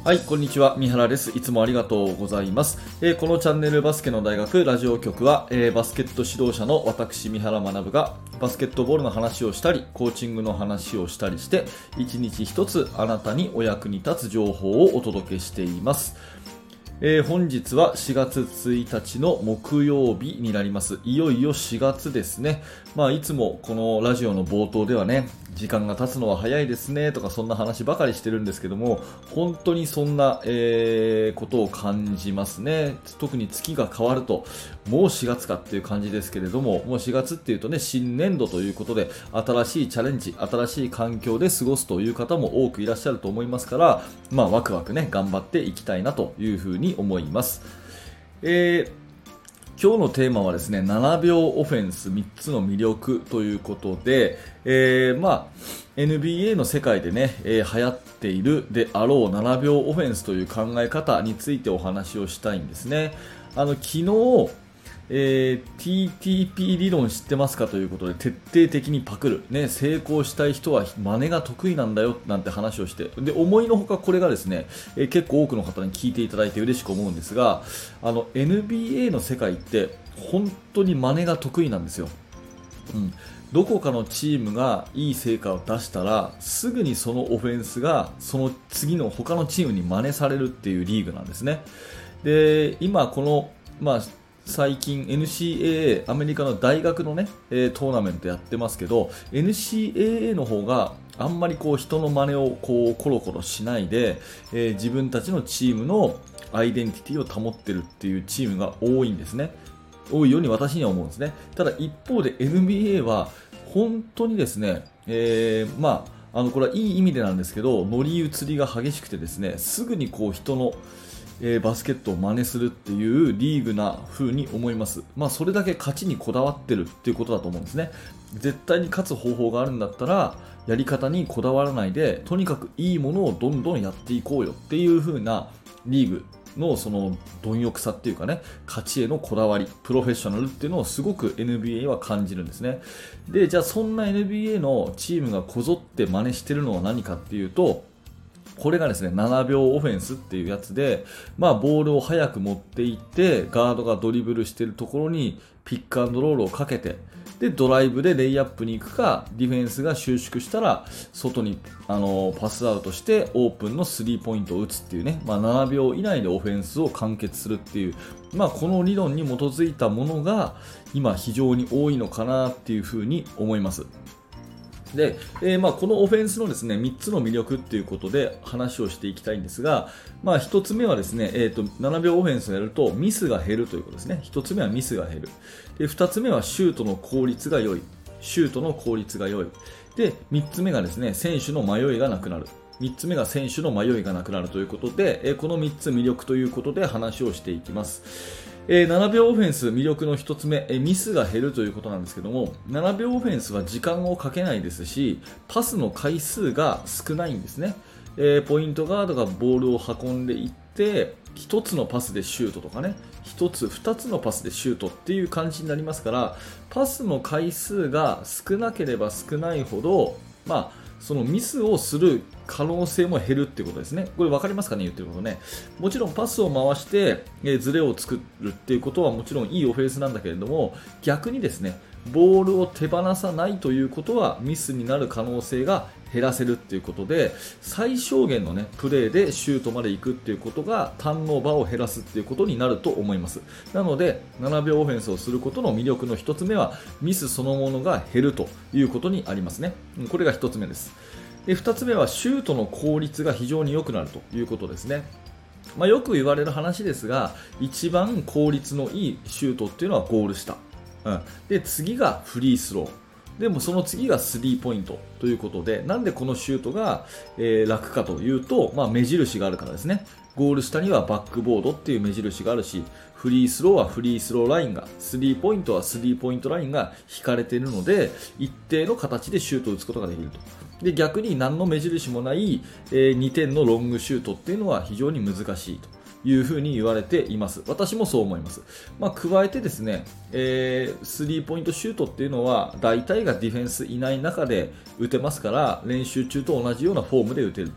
はい、こんにちは。三原です。いつもありがとうございます。このチャンネルバスケの大学ラジオ局は、バスケット指導者の私、三原学がバスケットボールの話をしたり、コーチングの話をしたりして、一日一つあなたにお役に立つ情報をお届けしています。本日は4月1日の木曜日になります。いよいよ4月ですね。いつもこのラジオの冒頭ではね、時間が経つのは早いですねとかそんな話ばかりしてるんですけども、本当にそんな、ことを感じますね。特に月が変わると、もう4月かっていう感じですけれども、もう4月っていうとね、新年度ということで、新しいチャレンジ、新しい環境で過ごすという方も多くいらっしゃると思いますから、ワクワクね、頑張っていきたいなというふうに思います。今日のテーマはですね、7秒オフェンス3つの魅力ということで、NBA の世界でね、流行っているであろう7秒オフェンスという考え方についてお話をしたいんですね。昨日、TTP 理論知ってますかということで徹底的にパクる、ね、成功したい人は真似が得意なんだよなんて話をして、で思いのほかこれがですね、結構多くの方に聞いていただいて嬉しく思うんですが、NBA の世界って本当に真似が得意なんですよ。どこかのチームがいい成果を出したらすぐにそのオフェンスがその次の他のチームに真似されるっていうリーグなんですね。で今この、最近 NCAA アメリカの大学のね、トーナメントやってますけど NCAA の方があんまりこう人の真似をこうコロコロしないで、自分たちのチームのアイデンティティを保ってるっていうチームが多いんですね。多いように私には思うんですね。ただ一方で NBA は本当にですね、これはいい意味でなんですけど乗り移りが激しくてですね、すぐにこう人のバスケットを真似するっていうリーグな風に思います。それだけ勝ちにこだわってるっていうことだと思うんですね。絶対に勝つ方法があるんだったらやり方にこだわらないで、とにかくいいものをどんどんやっていこうよっていう風なリーグのその貪欲さっていうかね、勝ちへのこだわり、プロフェッショナルっていうのをすごく NBA は感じるんですね。で、じゃあそんな NBA のチームがこぞって真似してるのは何かっていうと、これがですね、7秒オフェンスっていうやつで、ボールを早く持っていって、ガードがドリブルしているところにピックアンドロールをかけて、で、ドライブでレイアップに行くか、ディフェンスが収縮したら、外にパスアウトしてオープンのスリーポイントを打つっていうね、7秒以内でオフェンスを完結するっていう、この理論に基づいたものが今非常に多いのかなっていうふうに思います。で、このオフェンスのですね、3つの魅力っていうことで話をしていきたいんですが、1つ目はですね、7秒オフェンスをやるとミスが減るということですね。1つ目はミスが減る。で、2つ目はシュートの効率が良い。シュートの効率が良い。で、3つ目がですね、選手の迷いがなくなる。3つ目が選手の迷いがなくなるということで、この3つ魅力ということで話をしていきます。7秒オフェンス魅力の1つ目、ミスが減るということなんですけども、7秒オフェンスは時間をかけないですし、パスの回数が少ないんですね。ポイントガードがボールを運んでいって、1つのパスでシュートとかね、1つ、2つのパスでシュートっていう感じになりますから、パスの回数が少なければ少ないほど、そのミスをする可能性も減るっていうことですね。これ分かりますかね、言ってることね。もちろんパスを回してズレを作るっていうことはもちろんいいオフェンスなんだけれども、逆にですね、ボールを手放さないということはミスになる可能性が減らせるっていうことで、最小限のねプレーでシュートまで行くっていうことがターンオーバーを減らすっていうことになると思います。なので7秒オフェンスをすることの魅力の1つ目はミスそのものが減るということにありますね。これが1つ目です。で、2つ目はシュートの効率が非常に良くなるということですね。よく言われる話ですが、一番効率のいいシュートっていうのはゴール下、で次がフリースロー、でもその次がスリーポイントということで、なんでこのシュートが、楽かというと、目印があるからですね。ゴール下にはバックボードっていう目印があるし、フリースローはフリースローラインが、スリーポイントはスリーポイントラインが引かれているので、一定の形でシュートを打つことができると。で、逆に何の目印もない、2点のロングシュートっていうのは非常に難しいというふうに言われています。私もそう思います。加えてですね、スリーポイントシュートっていうのは大体がディフェンスいない中で打てますから、練習中と同じようなフォームで打てると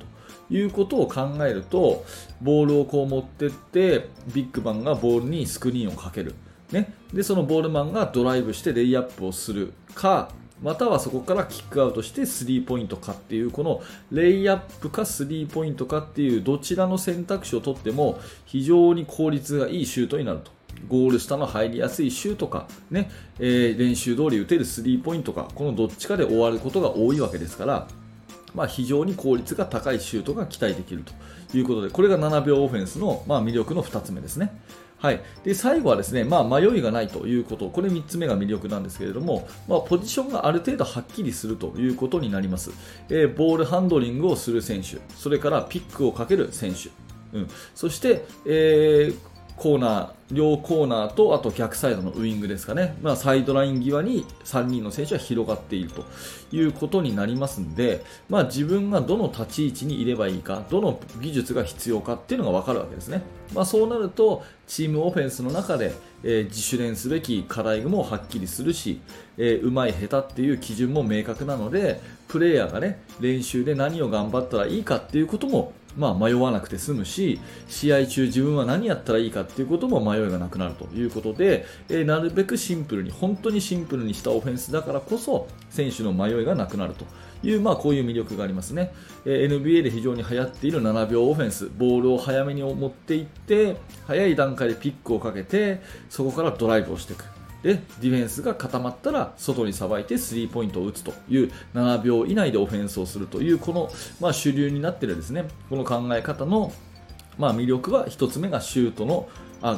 いうことを考えると、ボールをこう持ってって、ビッグマンがボールにスクリーンをかける。ね。で、そのボールマンがドライブしてレイアップをするか、またはそこからキックアウトしてスリーポイントかっていう、このレイアップかスリーポイントかっていうどちらの選択肢を取っても非常に効率がいいシュートになると。ゴール下の入りやすいシュートか、ね練習通り打てるスリーポイントか、このどっちかで終わることが多いわけですから、非常に効率が高いシュートが期待できるということで、これが7秒オフェンスの、魅力の2つ目ですね。はい、で最後はですね、迷いがないということ、これ3つ目が魅力なんですけれども、ポジションがある程度はっきりするということになります。ボールハンドリングをする選手、それからピックをかける選手、そして、コーナー、両コーナーとあと逆サイドのウイングですかね、サイドライン際に3人の選手は広がっているということになりますので、自分がどの立ち位置にいればいいか、どの技術が必要かっていうのが分かるわけですね。そうなるとチームオフェンスの中で、自主練すべき課題もはっきりするし、うまい下手っていう基準も明確なので、プレイヤーがね練習で何を頑張ったらいいかっていうことも迷わなくて済むし、試合中自分は何やったらいいかっていうことも迷いがなくなるということで、なるべくシンプルに、本当にシンプルにしたオフェンスだからこそ選手の迷いがなくなるという、こういう魅力がありますね。NBA で非常に流行っている7秒オフェンス、ボールを早めに持っていって早い段階でピックをかけて、そこからドライブをしていく。でディフェンスが固まったら外にさばいてスリーポイントを打つという7秒以内でオフェンスをするという、この、主流になっているですね、この考え方の、魅力は1つ目がシュートの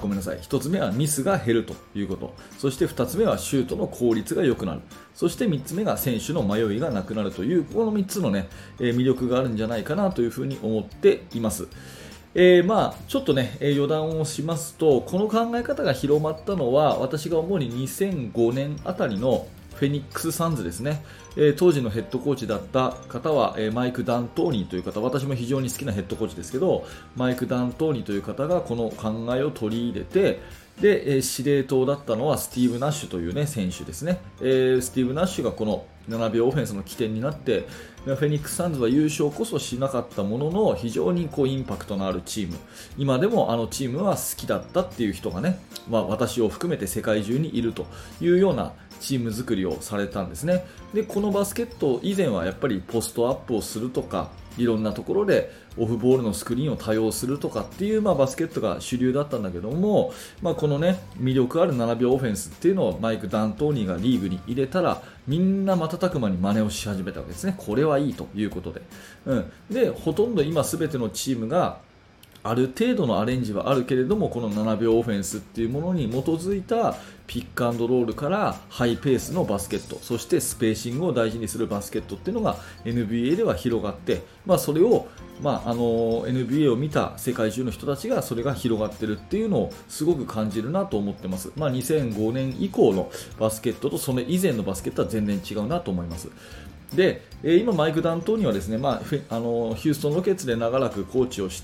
1つ目はミスが減るということ、そして2つ目はシュートの効率が良くなる、そして3つ目が選手の迷いがなくなるという、この3つの、魅力があるんじゃないかなというふうに思っています。ちょっとね、余談をしますと、この考え方が広まったのは私が主に2005年あたりのフェニックスサンズですね。当時のヘッドコーチだった方は、マイク・ダントーニーという方、私も非常に好きなヘッドコーチですけど、マイク・ダントーニーという方がこの考えを取り入れて、で、司令塔だったのはスティーブ・ナッシュという、選手ですね。スティーブ・ナッシュがこの7秒オフェンスの起点になって、フェニックスサンズは優勝こそしなかったものの、非常にインパクトのあるチーム、今でもあのチームは好きだったっていう人がね、私を含めて世界中にいるというようなチーム作りをされたんですね。でこのバスケット以前はやっぱりポストアップをするとか、いろんなところでオフボールのスクリーンを多用するとかっていう、バスケットが主流だったんだけども、このね魅力ある7秒オフェンスっていうのをマイク・ダントーニーがリーグに入れたら、みんな瞬く間に真似をし始めたわけですね。これはいいということで、でほとんど今全てのチームがある程度のアレンジはあるけれども、この7秒オフェンスっていうものに基づいたピックアンドロールからハイペースのバスケット、そしてスペーシングを大事にするバスケットっていうのが NBA では広がって、それを、NBA を見た世界中の人たちがそれが広がってるっていうのをすごく感じるなと思ってます。2005年以降のバスケットとそれ以前のバスケットは全然違うなと思います。で今、マイク・ダントーニーはですね、ヒューストン・ロケッツで長らくコーチをして、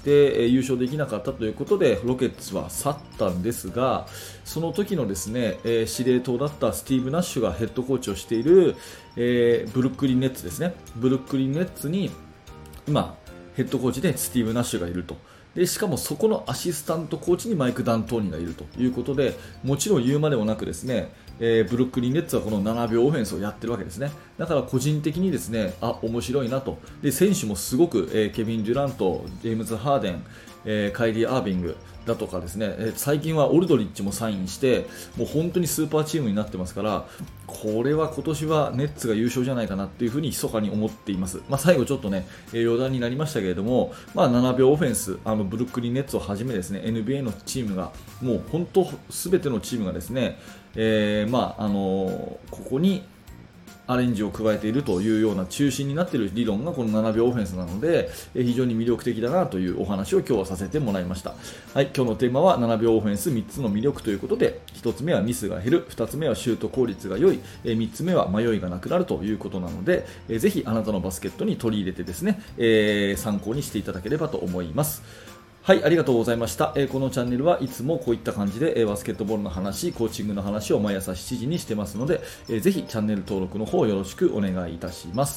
優勝できなかったということでロケッツは去ったんですが、その時のですね、司令塔だったスティーブ・ナッシュがヘッドコーチをしている、ブルックリン・ネッツですね。ブルックリン・ネッツに今ヘッドコーチでスティーブ・ナッシュがいると。でしかもそこのアシスタントコーチにマイク・ダントーニーがいるということで、もちろん言うまでもなくですね、ブルックリン・ネッツはこの7秒オフェンスをやってるわけですね。だから個人的にですね、面白いなと。で選手もすごく、ケビン・デュラント、ジェームズ・ハーデン、カイリー・アービングだとかですね、最近はオルドリッチもサインして、もう本当にスーパーチームになってますから、これは今年はネッツが優勝じゃないかなっていうふうに密かに思っています。最後ちょっとね、余談になりましたけれども、7秒オフェンス、ブルックリン・ネッツをはじめですね、NBA のチームがもう本当全てのチームがですね、ここにアレンジを加えているというような中心になっている理論がこの7秒オフェンスなので、非常に魅力的だなというお話を今日はさせてもらいました。はい、今日のテーマは7秒オフェンス3つの魅力ということで、1つ目はミスが減る、2つ目はシュート効率が良い、3つ目は迷いがなくなるということなので、ぜひあなたのバスケットに取り入れてですね、参考にしていただければと思います。はい、ありがとうございました。このチャンネルはいつもこういった感じでバスケットボールの話、コーチングの話を毎朝7時にしてますので、ぜひチャンネル登録の方よろしくお願いいたします。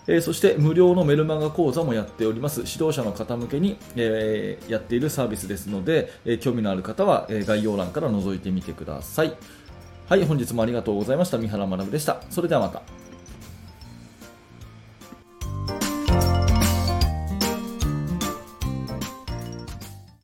そして無料のメルマガ講座もやっております。指導者の方向けに、やっているサービスですので、興味のある方は、概要欄から覗いてみてください。はい、本日もありがとうございました。三原学でした。それではまた。